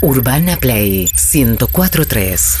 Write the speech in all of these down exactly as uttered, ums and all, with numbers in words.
Urbana Play ciento cuatro punto tres.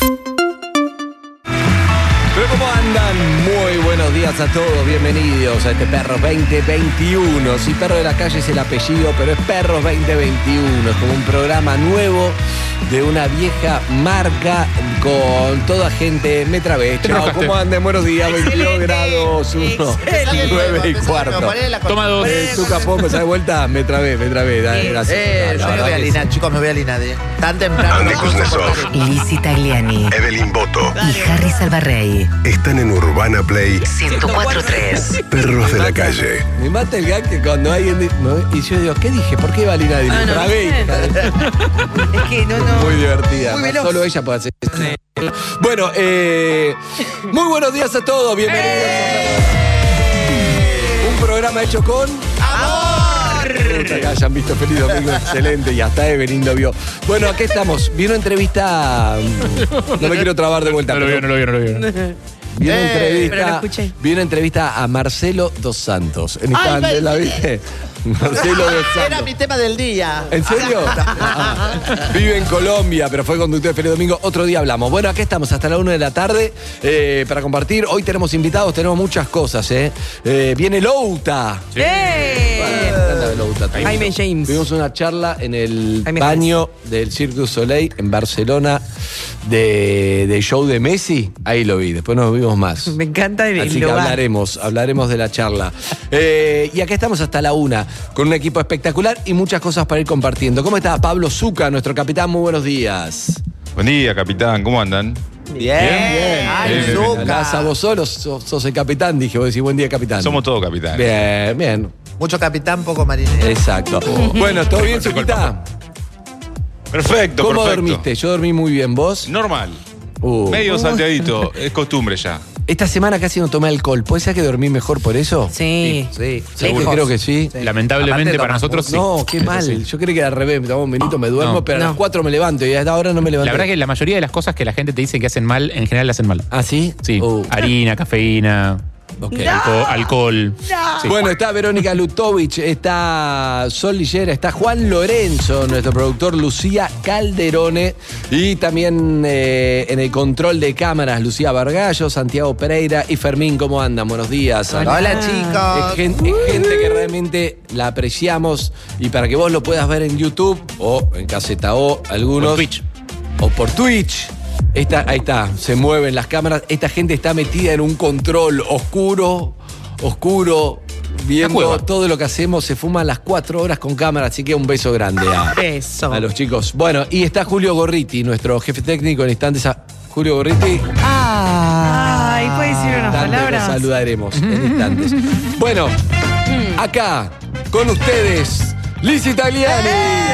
Pero ¿cómo andan? Muy buenos días a todos, bienvenidos a este Perros veinte veintiuno. Sí, Perro de la Calle es el apellido, pero es Perros veinte veintiuno. Es como un programa nuevo de una vieja marca con toda gente. Me trabé, chao, ¿cómo andan? Buenos días, veintidós grados, uno, nueve y cuarto. Toma dos. Eh, tu capón, ¿me de vuelta? Me trabé, me trabé, dale, gracias. Eh, yo me voy a alinear, chicos, me voy a alinear. ¿eh? Tan temprano. Andy Kuznetsov, Lizzy Tagliani Evelyn Boto y Harry Salvarrey. están en Urbana Play ciento cuatro punto tres. Perros de la Calle. Me mata el gag que cuando alguien dice, ¿no? Y yo digo, ¿qué dije? ¿Por qué iba a alinear? Y me Ah, no, trabé, no. hija de- Es que no, no. Muy divertida. Muy ¿no? veloz. Solo ella puede hacer eso. Bueno, eh, muy buenos días a todos. Bienvenidos a un programa hecho con ¡Amor! que hayan visto Feliz Domingo, excelente. Y hasta Evelyn lo vio. Bueno, aquí estamos. Vino entrevista. No me quiero trabar de vuelta. No lo pero vio, no lo vio, no lo vio. Vino Eh, entrevista. pero lo escuché. Vino entrevista a Marcelo dos Santos. En Ay, instante, ¿la baby. viste? Marcelo dos Era Santos. mi tema del día. ¿En serio? Ah, vive en Colombia, pero fue conductor de Feliz Domingo. Otro día hablamos. Bueno, aquí estamos hasta la una de la tarde eh, para compartir. Hoy tenemos invitados, tenemos muchas cosas. ¿eh? Eh, viene Louta. ¡Eh! Me encanta Louta también. Jaime James. Tuvimos una charla en el Jaime baño del Cirque du Soleil en Barcelona de, de show de Messi. Ahí lo vi, después nos vimos más. Me encanta el, Así el que lugar. hablaremos, hablaremos de la charla. Eh, y acá estamos hasta la una, con un equipo espectacular y muchas cosas para ir compartiendo. ¿Cómo está Pablo Zucca, nuestro capitán? Muy buenos días. Buen día, capitán. ¿Cómo andan? Bien. Bien. Ay, Bien, bien, bien. Andás a Zucca. vos solo, sos, sos el capitán, dije. Vos decís buen día, capitán. Somos todos capitanes. Bien, bien. Mucho capitán, poco marinero. Exacto. Bueno, ¿todo bien, Recortó el Zuquita? Perfecto, ¿Cómo perfecto. dormiste? Yo dormí muy bien, ¿vos? Normal. Uh. Medio salteadito. Es costumbre ya. Esta semana casi no tomé alcohol. ¿Puede ser que dormí mejor por eso? Sí. Sí, Lejos. creo que sí. Lamentablemente Aparte para tomas nosotros sí. No, qué Eso mal. sí. Yo creí que era al revés. Me tomo un vinito, me duermo, No. pero a No. las cuatro me levanto y a esta hora no me levanto. La verdad que la mayoría de las cosas que la gente te dice que hacen mal, en general las hacen mal. ¿Ah, sí? Sí. Uh, Harina, cafeína, ok. alco- alcohol. Sí. Bueno, está Verónica Lutovich, está Sol Lillera, está Juan Lorenzo, nuestro productor, Lucía Calderone, y también eh, en el control de cámaras, Lucía Vargallo, Santiago Pereira y Fermín. ¿Cómo andan? Buenos días. Hola, Es chicos. gente, es gente que realmente la apreciamos, y para que vos lo puedas ver en YouTube o en Caseta O, algunos. Por Twitch. O por Twitch. Esta, ahí está, se mueven las cámaras. Esta gente está metida en un control oscuro, oscuro, viendo cueva. todo lo que hacemos. Se fuman las cuatro horas con cámara, así que un beso grande a, Beso. a los chicos. Bueno, y está Julio Gorriti, nuestro jefe técnico en instantes. A Julio Gorriti, Ay, ¿puede decir unas instantes lo palabras? saludaremos en instantes. Bueno, acá con ustedes, Lizzy Tagliani.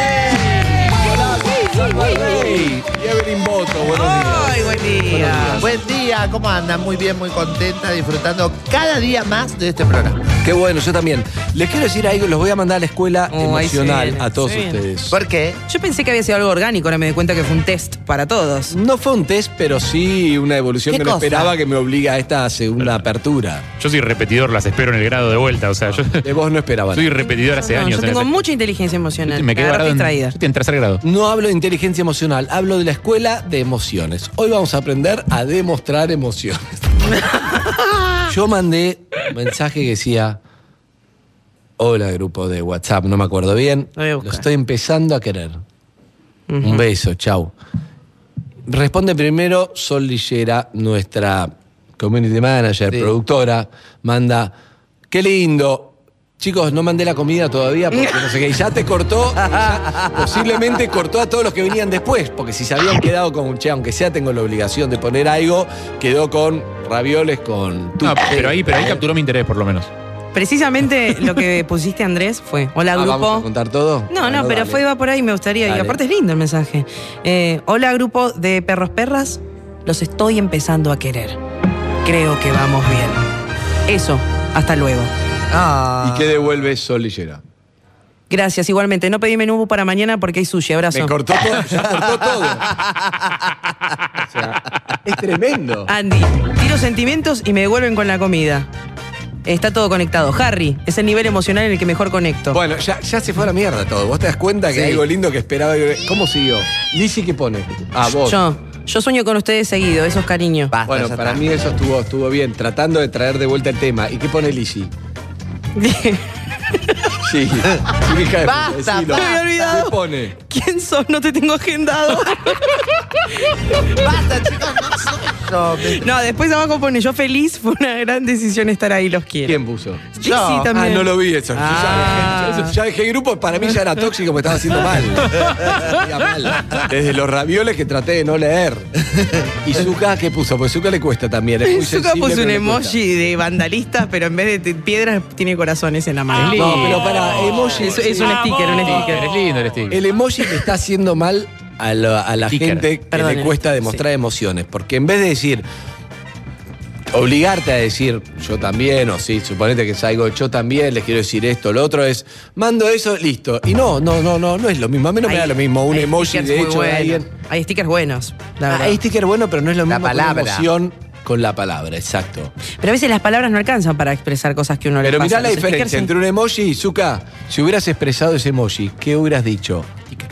Salvarrey y Evelyn Boto. Buenos días. Ay, buen día. Buen día, ¿cómo andan? Muy bien, muy contenta, disfrutando cada día más de este programa. Qué bueno, yo también. Les quiero decir algo, los voy a mandar a la escuela Oh, ahí emocional se viene, a todos se viene. ustedes. ¿Por qué? Yo pensé que había sido algo orgánico, ahora me doy cuenta que fue un test para todos. No fue un test, pero sí una evolución ¿Qué que no cosa? esperaba, que me obliga a esta segunda apertura. Yo soy repetidor, las espero en el grado de vuelta. O sea, yo De vos no esperaban. soy repetidor hace No, años. yo en tengo ese- mucha inteligencia emocional. Me quedé agarraste varado en, distraída. yo estoy en tercer grado. No hablo de inteligencia emocional, hablo de la escuela de emociones. Hoy vamos a aprender a demostrar emociones. Yo mandé un mensaje que decía: hola, grupo de WhatsApp, no me acuerdo bien. Lo voy a Lo buscar. estoy empezando a querer. Un beso, chau. Responde primero Sol Lillera, nuestra community manager, Sí. productora, manda: qué lindo. Chicos, no mandé la comida todavía porque no sé qué. Y ya te cortó, ya posiblemente cortó a todos los que venían después, porque si se habían quedado con, che, aunque sea tengo la obligación de poner algo, quedó con ravioles con No, tupe. pero ahí, pero ahí capturó mi interés, por lo menos. Precisamente lo que pusiste, Andrés, fue: hola, Ah, grupo. ¿vamos a contar todo? No, Bueno, no, pero dale. fue va por ahí, me gustaría. Dale. Y aparte es lindo el mensaje. Eh, hola, grupo de perros perras. Los estoy empezando a querer. Creo que vamos bien. Eso, hasta luego. Ah. ¿Y qué devuelve Sol Lillera? Gracias, igualmente. No pedí menú para mañana porque hay sushi. Abrazo. Me cortó todo, ya cortó todo. O sea, es tremendo. Andy, tiro sentimientos y me devuelven con la comida. Está todo conectado. Harry, es el nivel emocional en el que mejor conecto. Bueno, ya, ya se fue a la mierda todo. ¿Vos te das cuenta que Sí. hay algo lindo que esperaba? ¿Cómo siguió? Lizzy, ¿qué pone? Ah, vos. Yo, yo sueño con ustedes seguido, eso es cariño. Basta, Bueno, ya para está. mí eso estuvo, estuvo bien, tratando de traer de vuelta el tema. ¿Y qué pone Lizzy? Sí. Sí, hija de puta, Basta, decilo. basta. Me había olvidado. ¿Qué pone? ¿Quién sos? No te tengo agendado. Basta, chicos, no soy yo. Me- No, después abajo pone yo feliz, fue una gran decisión estar ahí, los quiero. ¿Quién puso? Sí, Yo. sí, Ah, también. no lo vi eso. Yo Ah. ya, dejé, ya dejé grupo, para mí ya era tóxico, me estaba haciendo mal. Me hacía mal. Desde los ravioles que traté de no leer. ¿Y Zuka qué puso? Pues Zuka le cuesta también. Es muy Zuka sensible, puso un pero le cuesta. emoji de vandalistas, pero en vez de t- piedras tiene corazones en la mano. Es No, lindo. pero para emoji. Es, es un sticker, un sticker. Es lindo el sticker. El emoji le está haciendo mal a la, a la Sticker. gente que Perdón, le cuesta demostrar emociones. Porque en vez de decir, obligarte a decir yo también, o sí, suponete que es algo, yo también, les quiero decir esto, lo otro es, mando eso, listo. Y no, no, no, no, no es lo mismo. A mí no me Hay- da lo mismo un hay emoji stickers de muy hecho de buenos. alguien. Hay stickers buenos, la Ah, verdad. hay sticker bueno, pero no es lo La mismo que palabra. una emoción con la palabra, exacto. Pero a veces las palabras no alcanzan para expresar cosas que uno le Pero pasa. mirá la Los diferencia stickers, entre un emoji y Zuka. Si hubieras expresado ese emoji, ¿qué hubieras dicho?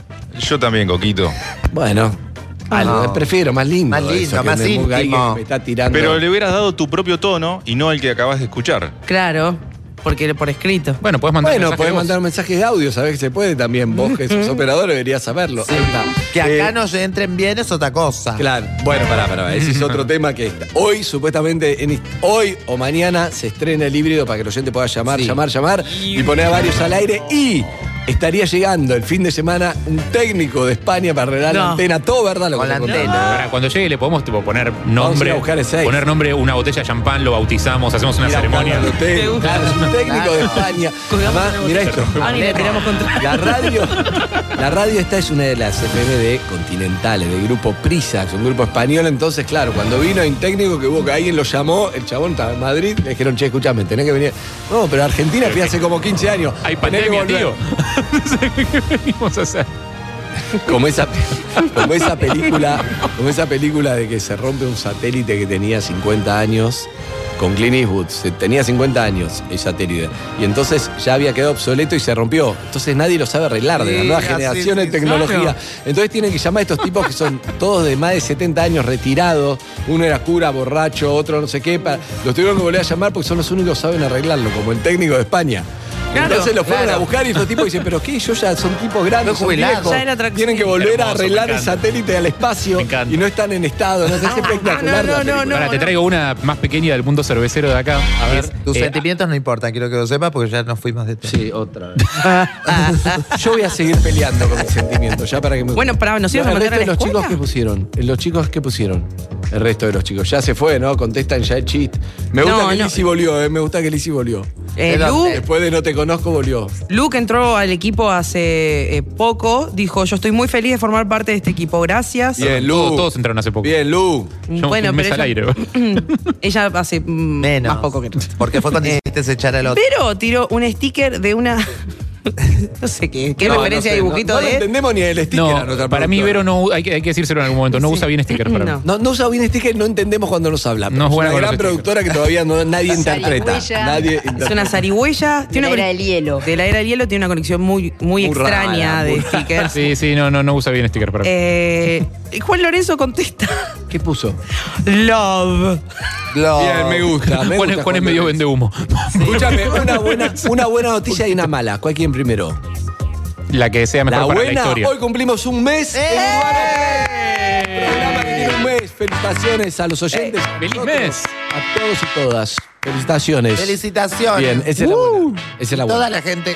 Yo también, Coquito. Bueno, algo, No. prefiero más lindo. Más lindo, eso, que más me- que alguien íntimo. me está tirando. Pero le hubieras dado tu propio tono y no el que acabas de escuchar. sí. Claro, porque por escrito. Bueno, puedes mandar Bueno, mensaje podés de voz. mandar un mensaje de audio, sabés que se puede también. Vos, que sos operador, deberías saberlo. Ahí está. Que acá Eh, no se entren bien es otra cosa. Claro, bueno, pará, pará, ese es otro tema que está. Hoy, supuestamente, en, hoy o mañana se estrena el híbrido para que el oyente pueda llamar, Sí. llamar, llamar y poner a varios al aire. Y estaría llegando el fin de semana un técnico de España para arreglar la No. antena. Todo verdad lo Con que la te conté. antena. Pará, cuando llegue le podemos tipo, poner Vamos a ir nombre. a buscar el seis. Poner nombre, una botella de champán, lo bautizamos, hacemos una Mira, ceremonia. Carlos Hotel, Me gusta. claro, es un técnico Claro. de España. Además, mira esto. Ah, ni la tiramos contra. La radio, la radio esta es una de las F M de continentales, del grupo Prisax, un grupo español. Entonces, claro, cuando vino hay un técnico que hubo que alguien lo llamó, el chabón estaba en Madrid, le dijeron, che, escúchame, tenés que venir. No, pero Argentina fui hace como quince años. Hay tenés que pandemia, volver". tío. No sé qué venimos a hacer. Como esa, como esa película, como esa película de que se rompe un satélite que tenía cincuenta años con Clint Eastwood. Se- tenía cincuenta años el satélite. Y entonces ya había quedado obsoleto y se rompió. Entonces nadie lo sabe arreglar de la Sí, nueva así, generación sí, de tecnología. claro. Entonces tienen que llamar a estos tipos que son todos de más de setenta años retirados. Uno era cura, borracho, otro no sé qué. pa- Los tuvieron que volver a llamar porque son los únicos que saben arreglarlo, como el técnico de España. Claro, Entonces lo fueron claro. a buscar y estos tipos dicen, pero qué, yo ya son tipos grandes, Estoy son jubilado. viejos. Ya era otra- Tienen que sí. volver a Hermoso, arreglar me el encanta. satélite al espacio Me encanta. y no están en estado. No, es espectacular. no, la no, película. no, Pará, te traigo una más pequeña del mundo cervecero de acá. A ver. Tus Eh, sentimientos no importan, quiero que lo sepas porque ya nos fuimos de tema. Sí, otra vez. Yo voy a seguir peleando con mis sentimientos, ya para que me. Bueno, pará, ¿nos ibas a el mandar resto a de la los chicos escuela? que pusieron. Los chicos que pusieron. El resto de los chicos. Ya se fue, ¿no? Contestan ya el chiste. Me gusta No, que no. Lizzy volvió, ¿eh? Me gusta que Lizzy volvió. Eh, ¿De Lu, dónde? Después de No Te Conozco, volvió. Luke entró al equipo hace eh, poco, dijo, yo estoy muy feliz de formar parte de este equipo, gracias. Bien, todos, Lu. todos entraron hace poco. Bien, Lu. Yo Bueno, un mes pero al ella, aire. ella hace mm, Menos. más poco que tú. Porque fue cuando hiciste echar al otro. Pero tiró un sticker de una... no sé qué, qué No, referencia no sé, de dibujito no, no de... lo entendemos ni el sticker a No, nuestra para mí productora. Vero no, hay que, hay que decírselo en algún momento, no Sí. usa bien stickers para No. mí. No, no usa bien sticker, no entendemos cuando nos habla. pero No es es buena una con gran los stickers. productora que todavía no, nadie interpreta. Zarigüeya. Nadie Es una interpreta. zarigüeya. De Tiene la una era del hielo. De la era del hielo tiene una conexión muy, muy, Muy extraña rara, de muy rara. stickers. Sí, sí, no, no, no usa bien stickers para mí. Eh, Juan Lorenzo contesta. ¿Qué puso? Love. Lo- Bien, me gusta. Me Juan, gusta Juan es medio vende humo. Escúchame, una buena, una buena noticia y una mala. ¿Cuál quién primero? La que sea mejor La para la buena, historia. hoy cumplimos un mes en Urbana Play. Programa que tiene un mes. Felicitaciones a los oyentes. ¡Feliz Nosotros, mes! A todos y todas. Felicitaciones. Felicitaciones. Bien, esa es la buena. Esa es la Toda buena. la gente.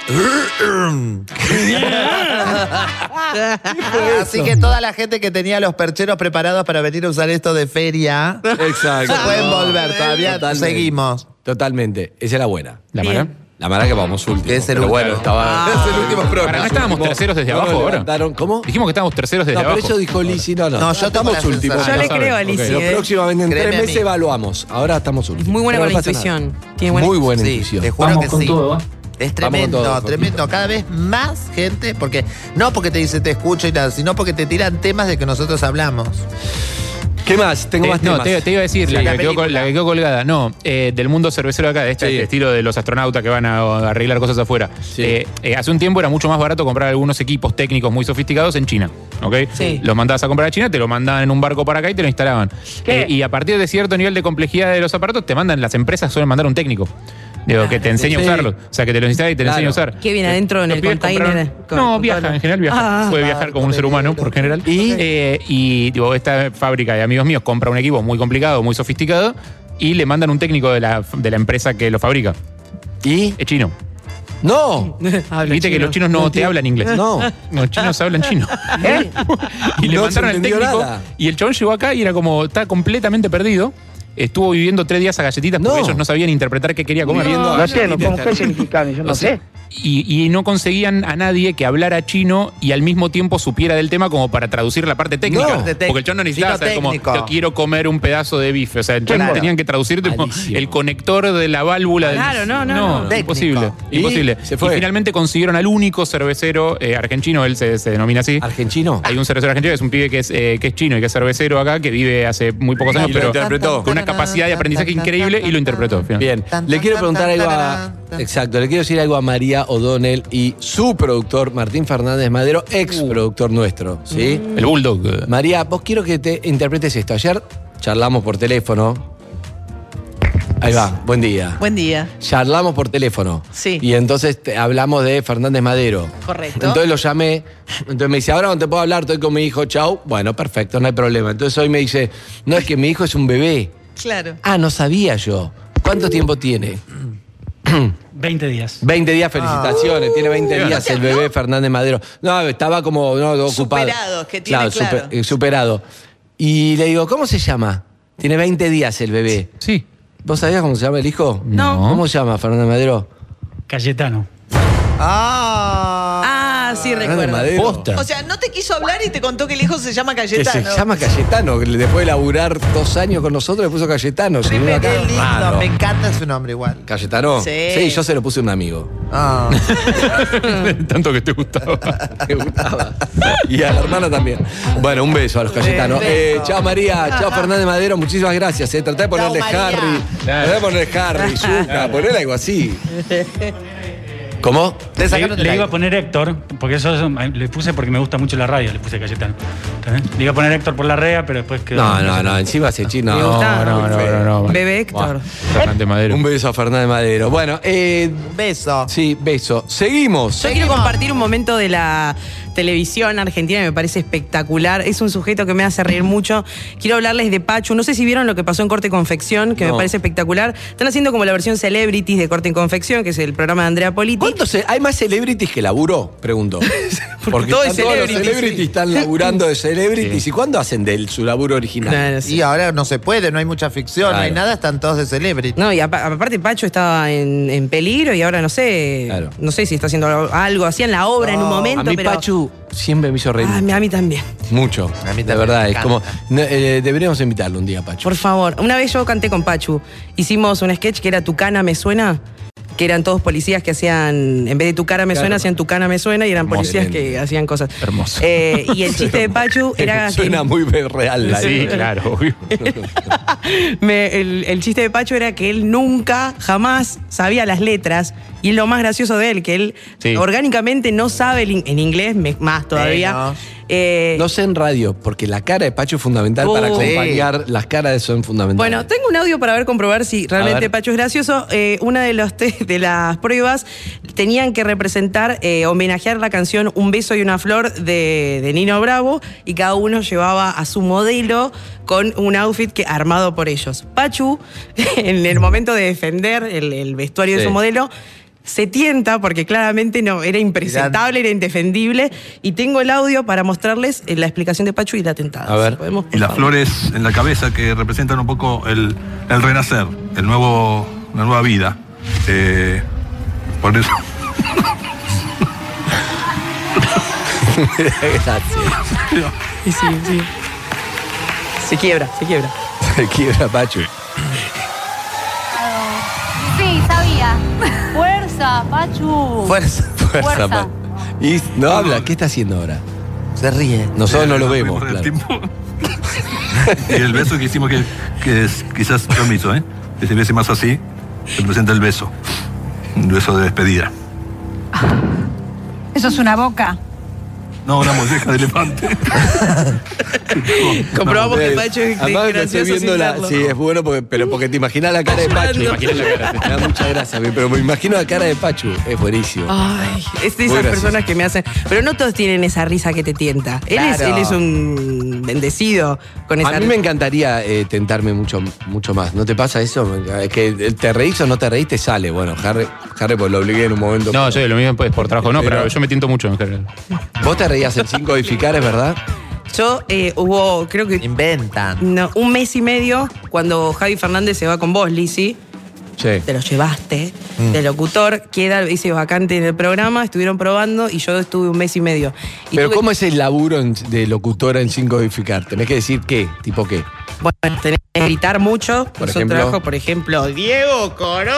fue Así eso? que toda la gente que tenía los percheros preparados para venir a usar esto de feria, Exacto. se pueden volver. Todavía Totalmente. seguimos. Totalmente. Esa es la buena. ¿La Bien. mala? La mala que vamos último. Que es el pero último. bueno, estaba. Ah. Es el último programa. Para, ¿no estábamos Último. terceros desde No nos abajo ahora? levantaron. ¿Cómo? Dijimos que estábamos terceros desde No, pero abajo. eso dijo Lizzy. No, no. No, yo tengo estamos la últimos. Yo sensación. le saben. creo a Ok. Lizzy. Pero eh. próximamente en Créeme tres a meses mí. evaluamos. Ahora estamos últimos. Es muy buena Pero con no la pasa nada. intuición. Tiene buena Muy buena Sí, intuición. te juro Vamos que con sí. todo, ¿eh? Es Vamos con tremendo, todo, tremendo. Cada vez más gente, porque no porque te dice te escucho y nada, sino porque te tiran temas de que nosotros hablamos. ¿Qué ¿Qué más? Tengo Eh, más no, temas. te, te iba a decir, Sí. la, La que quedó, película. col- la que quedó colgada. No, eh, del mundo cervecero acá, de este Sí. estilo de los astronautas que van a, a arreglar cosas afuera. Sí. Eh, eh, hace un tiempo era mucho más barato comprar algunos equipos técnicos muy sofisticados en China. ¿Ok? Sí. Los mandabas a comprar a China, te lo mandaban en un barco para acá y te lo instalaban. ¿Qué? Eh, y a partir de cierto nivel de complejidad de los aparatos, te mandan, las empresas suelen mandar un técnico. Digo, que te enseñe Sí. a usarlo. O sea, que te lo instale y te lo Claro. enseñe a usar. ¿Qué viene adentro en Los el pibes container? compraron- Con- no, con viaja, todo lo- en general viaja. Ah. Puede viajar como un ser humano, por general. ¿Y? Eh, y digo, esta fábrica de amigos míos compra un equipo muy complicado, muy sofisticado, y le mandan un técnico de la, de la empresa que lo fabrica. ¿Y? Es chino. ¡No! Habla Viste que chino. los chinos no, te hablan inglés. No. Los chinos hablan chino. Y le No se mandaron al entendió técnico. nada. Y el chabón llegó acá y era como, está completamente perdido. Estuvo viviendo tres días a galletitas porque No. ellos no sabían interpretar qué quería comer. Viviendo a No sé, no, galletitas. ¿cómo qué significa? Yo no sé. Y, y no conseguían a nadie que hablara chino y al mismo tiempo supiera del tema como para traducir la parte técnica. No. Parte técnica. Porque el chabón no necesitaba Sino saber como, técnico. yo quiero comer un pedazo de bife. O sea, el chabón Claro. tenían que traducir tipo, Malísimo. el conector de la válvula. del- Claro, no, no, no. imposible. Técnico. ¿Y? Imposible. Se fue. Y finalmente consiguieron al único cervecero eh, argentino, él se, se denomina así. ¿Argentino? Hay un cervecero argentino que es un pibe que es, eh, que es chino y que es cervecero acá, que vive hace muy pocos años, Y lo pero interpretó. con una capacidad de aprendizaje increíble y lo interpretó. Bien, Tan, le tan, quiero tan, preguntar tan, algo a. tararán, tan. Exacto, le quiero decir algo a María O'Donnell y su productor, Martín Fernández Madero, ex productor nuestro, ¿sí? El Bulldog. María, vos quiero que te interpretes esto. Ayer charlamos por teléfono. Ahí va, buen día. Buen día. Charlamos por teléfono. Sí. Y entonces te- hablamos de Fernández Madero. Correcto. Entonces lo llamé. Entonces me dice, ahora no te puedo hablar, estoy con mi hijo, chau. Bueno, perfecto, no hay problema. Entonces hoy me dice, no, es que mi hijo es un bebé. Claro. Ah, no sabía yo. ¿Cuánto tiempo tiene? veinte días. veinte días, felicitaciones. Tiene veinte días el bebé Fernández Madero. No, estaba como no, ocupado. Superado, que tiene claro. super- eh, superado. Y le digo, ¿cómo se llama? Tiene veinte días el bebé. Sí. ¿Vos sabías cómo se llama el hijo? No. ¿Cómo se llama Fernández Madero? Cayetano. Ah. Ah, sí, Fernández recuerdo. Madero. Posta. O sea, no te quiso hablar y te contó que el hijo se llama Que Cayetano. se llama Cayetano, que después de laburar dos años con nosotros le puso Cayetano. Se vino acá. Qué lindo, Raro. me encanta su nombre igual. ¿Cayetano? Sí. yo se lo puse a un amigo. Ah. Tanto que te gustaba. Me gustaba. Y a la hermana también. Bueno, un beso a los Cayetanos. Beso. Eh, chao María, chao Fernández Madero, muchísimas gracias. Eh. Tratá de ponerle Chao, María. Harry. Tratá de ponerle Harry, Zucca, ponerle algo así. ¿Cómo? Te Le, sacaron del le iba aire. a poner Héctor, porque eso eso le puse porque me gusta mucho la radio, le puse Cayetano. ¿Está bien? Le iba a poner Héctor por la rea, pero después quedó. No, no, no, encima se chino. Me No, gusta. no, no, no, no. Bebé Héctor. Fernández Madero. Un beso a Fernández Madero. Bueno, eh, Beso. sí, beso. Seguimos. Yo quiero compartir un momento de la televisión argentina que me parece espectacular. Es un sujeto que me hace reír mucho. Quiero hablarles de Pachu. No sé si vieron lo que pasó en Corte y Confección, que No. me parece espectacular. Están haciendo como la versión Celebrities de Corte y Confección, que es el programa de Andrea Politi. ¿Cuántos ce- hay más celebrities que laburo? Pregunto. Porque todo están es todos los celebrity, celebrities sí. están laburando de celebrities. ¿Y cuándo hacen de su laburo original? No, no sé. Y ahora no se puede, no hay mucha ficción, no hay Claro. nada, están todos de celebrity. No, y apa- aparte Pacho estaba en, en peligro y ahora no sé. Claro. No sé si está haciendo algo. Hacía en la obra en un No, momento, A mí pero. Pachu siempre me hizo reír. Ah, a mí también. Mucho. A mí de también verdad, me es encanta. como. no, eh, deberíamos invitarlo un día, Pachu. Por favor. Una vez yo canté con Pachu. Hicimos un sketch que era Tu cana me suena. Que eran todos policías que hacían, en vez de Tu cara me Claro. suena, hacían Tu cana me suena y eran Hermoso. policías que hacían cosas. Hermoso. Eh, y el chiste de Pachu era que- Suena muy real. la Sí, idea. claro, obvio. Me- el, el chiste de Pacho era que él nunca, jamás sabía las letras. Y es lo más gracioso de él, que él Sí. orgánicamente no sabe el in- en inglés, me- más todavía. no. Eh, No sé en radio, porque la cara de Pachu es fundamental Uh, para sí. acompañar. Las caras son fundamentales. Bueno, tengo un audio para ver, comprobar si A realmente ver. Pacho es gracioso. Eh, una de, los te- de las pruebas tenían que representar, eh, homenajear la canción Un beso y una flor de, de Nino Bravo y cada uno llevaba a su modelo con un outfit que, armado por ellos. Pachu, en el momento de defender el, el vestuario de Sí. su modelo, se tienta porque claramente no era impresentable, era indefendible. Y tengo el audio para mostrarles eh, la explicación de Pachu y la tentada. A ver. Si podemos, por Y las favor. flores en la cabeza que representan un poco el, el renacer, el nuevo, la nueva vida. Eh, por eso. Gracias. Sí, sí, sí. Se quiebra, se quiebra. Se quiebra Pachu. Sí, sabía. Fuerza, Pachu. Fuerza. Fuerza, Fuerza. Pachu. Y no habla, ¿qué está haciendo ahora? Se ríe. Nosotros no lo vemos. Corre el Claro. tiempo. Y el beso que hicimos, que, que es quizás permiso, ¿eh? Que se viese más así, se presenta el beso. Un beso de despedida. Eso es una boca. No, una molleja de elefante. Comprobamos No, que eh, Pacho es además te gracioso estoy viendo sin la, verlo. sí, es bueno, porque, pero porque te imaginas la cara de Pachu. Me imaginé la cara. Me da mucha gracia a mí, pero me imagino la cara de Pachu. Es buenísimo. Ay, es de Muy esas gracioso. personas que me hacen. Pero no todos tienen esa risa que te tienta. Él, es, Claro. él es un bendecido con esa A mí me encantaría eh, tentarme mucho, mucho más. ¿No te pasa eso? Es que te reís o no te reís, te sale. Bueno, Harry, Harry pues lo obligué en un momento. No, yo lo mismo pues, por trabajo no, pero Pero- yo me tiento mucho en general. Vos te reías en sin codificar, ¿es verdad? Yo eh, hubo, creo que Inventan. no, un mes y medio cuando Javi Fernández se va con vos, Lizzy. Sí. Te lo llevaste, de locutor, queda, dice vacante en el programa, estuvieron probando y yo estuve un mes y medio. Y Pero tuve- ¿cómo es el laburo en- de locutora en sin codificar? Tenés que decir qué, tipo qué. Bueno, tenés que gritar mucho. Por Es un ejemplo. trabajo, por ejemplo, Diego Corón.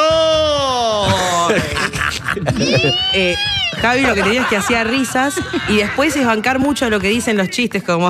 eh, Javi lo que tenía es que hacía risas y después es bancar mucho lo que dicen los chistes, como.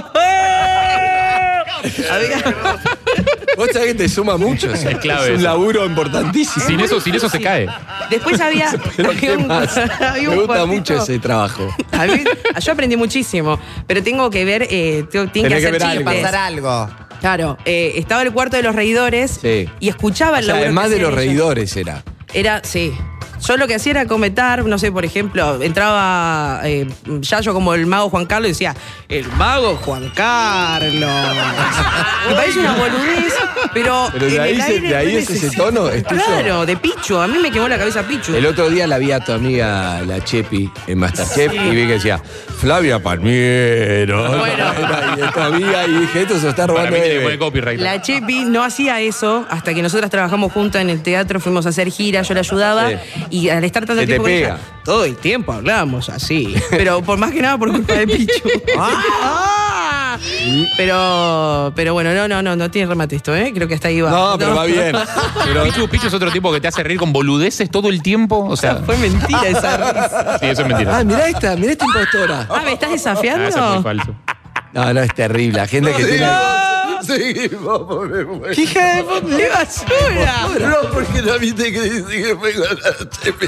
Había- Vos sabés que te suma mucho. Es, clave es un eso. laburo importantísimo. Sin eso, sin eso se cae. Después había. Pero había ¿qué un- más? había Me un gusta cuartito- mucho ese trabajo. A mí- yo aprendí muchísimo, pero tengo que ver, eh, tengo- tienen que Tenés que hacer ver algo. chistes. Pasar algo. Claro, eh, estaba el cuarto de los reidores Sí. y escuchaba O el sea, laburo que además de hacían los ellos. reidores era. Era, sí. Yo lo que hacía era comentar, no sé, por ejemplo, entraba eh, Yayo como el mago Juan Carlos y decía, el mago Juan Carlos. Me parece una boludez, pero. Pero de en ahí el se- aire de ahí no es ese necesito. tono, es tuyo. Claro, de Pichu. A mí me quemó la cabeza Pichu. El otro día la vi a tu amiga, la Chepi, en Masterchef, Sí. y vi que decía, Flavia Palmiero. Bueno. Era- y tu amiga, y dije, esto se lo está Para robando mí de tiene que poner copyright. La Chepi no hacía eso hasta que nosotras trabajamos juntas en el teatro, fuimos a hacer gira, yo la ayudaba Sí. y al estar tanto Se te tiempo con ella, pega. todo el tiempo hablábamos así, pero por más que nada por culpa de Pichu. Ah. pero, pero bueno, no, no, no, no tiene remate esto, ¿eh? Creo que hasta ahí va. No, pero va bien. Pero Pichu, Pichu es otro tipo que te hace reír con boludeces todo el tiempo. O sea, Fue mentira esa risa. sí, eso es mentira. Ah, mirá esta, mirá esta impostora. Ah, ¿me estás Ah, eso es muy desafiando? falso. No, no, es terrible. La gente que tiene. Seguimos, ¡Qué hija de puta! ¡Qué basura! No, porque la viste que dice que fue con la Chepi.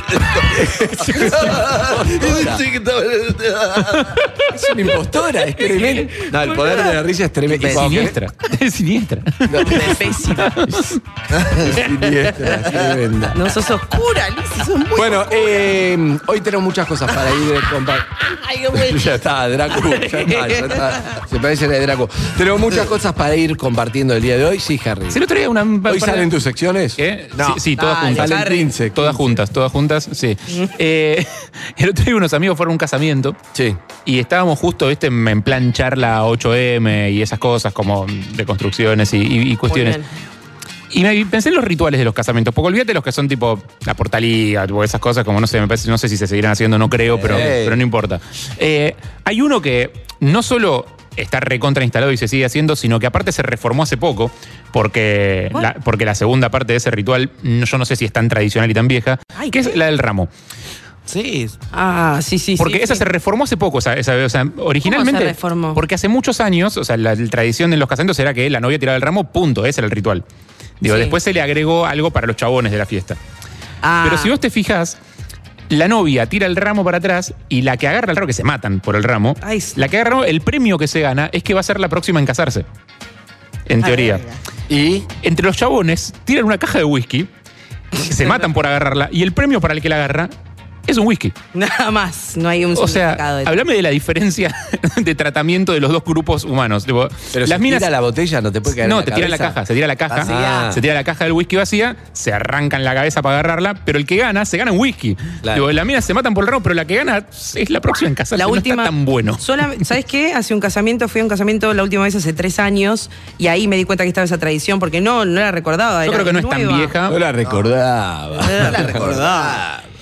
Es una impostora, es tremendo. No, el poder de la risa es tremendo. Es siniestra. Es siniestra. No, Es pésima. es siniestra, es tremenda. No sos oscura, Liz, sos muy. Bueno, eh, hoy tenemos muchas cosas para ir compartiendo. Ya está, Draco, ya está, ya está. Se parece a la de Draco. Tenemos muchas cosas para ir compartiendo el día de hoy. Sí, Harry. Si el otro día una. ¿Hoy salen tus secciones? ¿Qué? No. Sí, sí, todas Dale, juntas. Salen Harry. quince. Todas juntas, todas juntas, sí. Eh, el otro día unos amigos fueron a un casamiento Sí. y estábamos justo, viste, en plan charla ocho eme y esas cosas como de construcciones y, y- y cuestiones. bien. Y me pensé en los rituales de los casamientos, porque olvídate los que son tipo la portalía, tipo esas cosas, como no sé, me parece, no sé si se seguirán haciendo, no creo, pero, Ey. pero no importa. Eh, hay uno que no solo está recontra instalado y se sigue haciendo, sino que aparte se reformó hace poco, porque la, porque la segunda parte de ese ritual, no- yo no sé si es tan tradicional y tan vieja, Ay, que ¿qué? es la del ramo. Sí. Ah, sí, sí, Porque sí. esa sí. se reformó hace poco, o sea, esa- o sea, originalmente. ¿Cómo se reformó? Porque hace muchos años, o sea, la, la tradición de los casamientos era que la novia tiraba el ramo, punto, ese era el ritual. Digo, Sí. después se le agregó algo para los chabones de la fiesta. Ah. Pero si vos te fijas, la novia tira el ramo para atrás y la que agarra el ramo, que se matan por el ramo, Ay, la que agarra el ramo, el premio que se gana es que va a ser la próxima en casarse. En Ah, teoría. verga. Y Entre los chabones tiran una caja de whisky, se matan por agarrarla y el premio para el que la agarra es un whisky. Nada más, no hay un O sea, significado de- háblame de la diferencia de tratamiento de los dos grupos humanos. Tipo, pero las si minas. tira la botella no te puede caer No, en te la tira la cabeza. caja, se tira la caja. Vacía. Se tira la caja del whisky vacía, se arrancan la cabeza para agarrarla, pero el que gana, se gana un whisky. Claro. Digo, las minas se matan por el ramo, pero la que gana es la próxima en casarse. La no última. está tan bueno. sola- ¿Sabes qué? Hace un casamiento, fui a un casamiento la última vez hace tres años y ahí me di cuenta que estaba esa tradición porque no, no la recordaba. Yo era creo que no es tan nueva. vieja. No la recordaba. No la recordaba.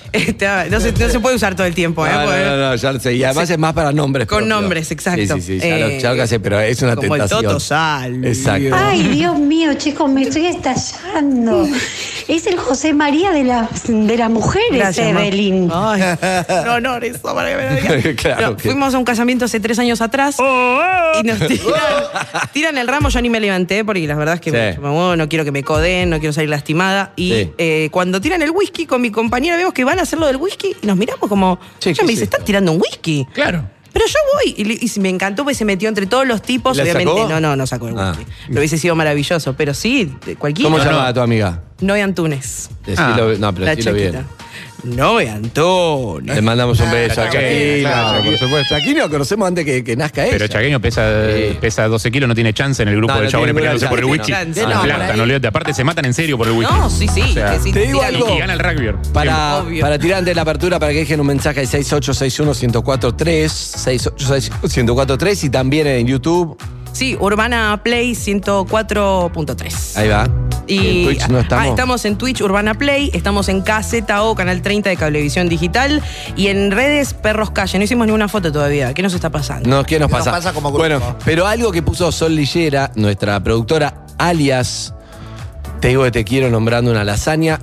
Este, no, se, no se puede usar todo el tiempo, ¿eh? No, no, Porque- no, no, ya lo sé. Y además Sí. es más para nombres. Con propios. nombres, exacto. Sí, sí, sí, ya, lo, Eh, ya lo sé, pero es una como el tentación. Toto Salvio. Exacto. Ay, Dios mío, chicos, me estoy estallando. Es el José María de, la, de las mujeres, Gracias, ma. Evelyn. Ay, no honor eso para que me lo digan. Claro No, que- fuimos a un casamiento hace tres años atrás y nos tiran, tiran el ramo. Yo ni me levanté porque la verdad es que Sí. me, me muevo, no quiero que me coden, no quiero salir lastimada. Y Sí. eh, cuando tiran el whisky con mi compañera vemos que van a hacer lo del whisky y nos miramos como, Che, ella ¿qué me es dice, esto? ¿están tirando un whisky? Claro. Pero yo voy. Y, le- y me encantó porque se metió entre todos los tipos. ¿La Obviamente, sacó? no, no, no sacó el Ah. whisky. Lo hubiese sido maravilloso, pero sí, de cualquiera. ¿Cómo se No, llama no. tu amiga? Noé Antunes. Decilo, Ah, no, pero La decilo bien. chiquita. Noé Antunes. Le mandamos un beso a La Chaqueño. Chaqueño, Claro, por supuesto. Chaqueño lo conocemos antes que, que nazca ella. Pero Chaqueño pesa, Sí. pesa doce kilos, no tiene chance en el grupo No, de no chabones tiene peleándose por el ninguna whisky. chance. Se No, implantan, por ahí. olvídate. Aparte se matan en serio por el whisky. No, sí, sí. O sea, que sí, te digo tiran- algo. Y gana el rugby. Para, Obvio. para tirar antes de la apertura, para que dejen un mensaje al seis ocho seis uno, uno cero cuatro tres, seis ocho seis uno, uno cero cuatro tres y también en YouTube. Sí, Urbana Play ciento cuatro punto tres. Ahí va. Y en Twitch no estamos. Ah, estamos en Twitch Urbana Play, estamos en K Z O, Canal treinta de Cablevisión Digital, y en redes Perros Calle. No hicimos ninguna foto todavía. ¿Qué nos está pasando? No, ¿qué nos ¿Qué nos pasa? pasa como grupo? Bueno, pero algo que puso Sol Lillera, nuestra productora, alias Te digo que te quiero nombrando una lasaña.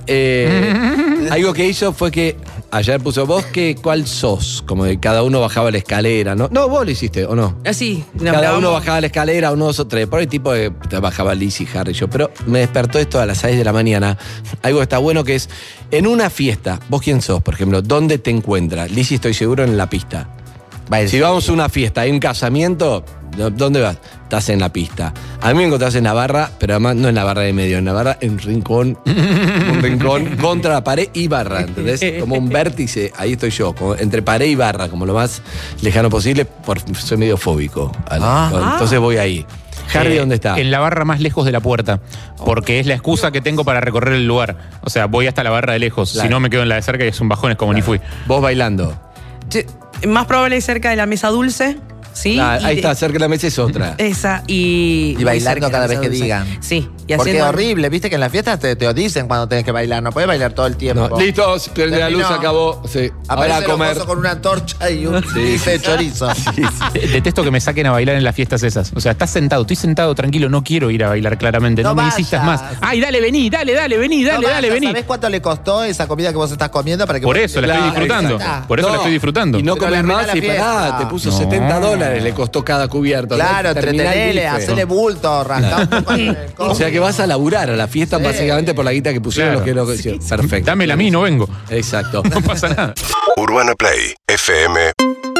Eh, algo que hizo fue que ayer puso vos que cuál sos, como que cada uno bajaba la escalera, ¿no? No, vos lo hiciste, ¿o no? Así. Cada uno bajaba la escalera, uno, dos o tres. Por el tipo de bajaba Lizzy, Harry y yo. Pero me despertó esto a las seis de la mañana. Algo que está bueno que es, en una fiesta, ¿vos quién sos, por ejemplo? ¿Dónde te encuentras? Lizzy, estoy seguro, en la pista. Si vamos a una fiesta, hay un casamiento, ¿dónde vas? Estás en la pista. A mí me encontrás en la barra, pero además no en la barra de medio, en la barra, en rincón, un rincón contra la pared y barra, ¿entendés? Como un vértice, ahí estoy yo, como entre pared y barra, como lo más lejano posible, porque soy medio fóbico. Ah. Entonces voy ahí. Harry, Eh, ¿dónde está? En la barra más lejos de la puerta. Porque es la excusa que tengo para recorrer el lugar. O sea, voy hasta la barra de lejos. Claro. Si no, me quedo en la de cerca y es un bajón, es como ni fui. Vos bailando. Che, más probable cerca de la mesa dulce. ¿Sí? Ah, Y ahí de- está, cerca de la mesa es otra. Esa y. Y bailando muy cerca de cada la vez mesa que dulce. digan. Sí. Y Porque es haciendo- horrible, viste que en las fiestas te, te dicen cuando tenés que bailar. No puedes bailar todo el tiempo. No, listo, prende la luz, Terminó. acabó. Sí. Ahora a Aparece comer. comer con una torcha y un Sí. bife de chorizo. De- Detesto que me saquen a bailar en las fiestas esas. O sea, estás sentado, estoy sentado tranquilo, no quiero ir a bailar claramente. No, No me vayas. insistas más. Ay, dale, vení, dale, dale, vení, dale, No dale, vayas, vení. ¿Sabés cuánto le costó esa comida que vos estás comiendo para que Por vos- eso la estoy Claro, disfrutando. exacto. Por eso la estoy disfrutando. Y no Pero comes le arruinás más la y pará, fiesta. te puso No. setenta dólares, le costó cada cubierto. Claro, Terminá el entretenele, bife. hacele bulto, rascá un poco el O sea que vas a laburar a la fiesta básicamente por la guita que pusieron Claro. los que lo Perfecto. Dámela a mí, no vengo. Exacto. No pasa nada. Urbana Play, F M.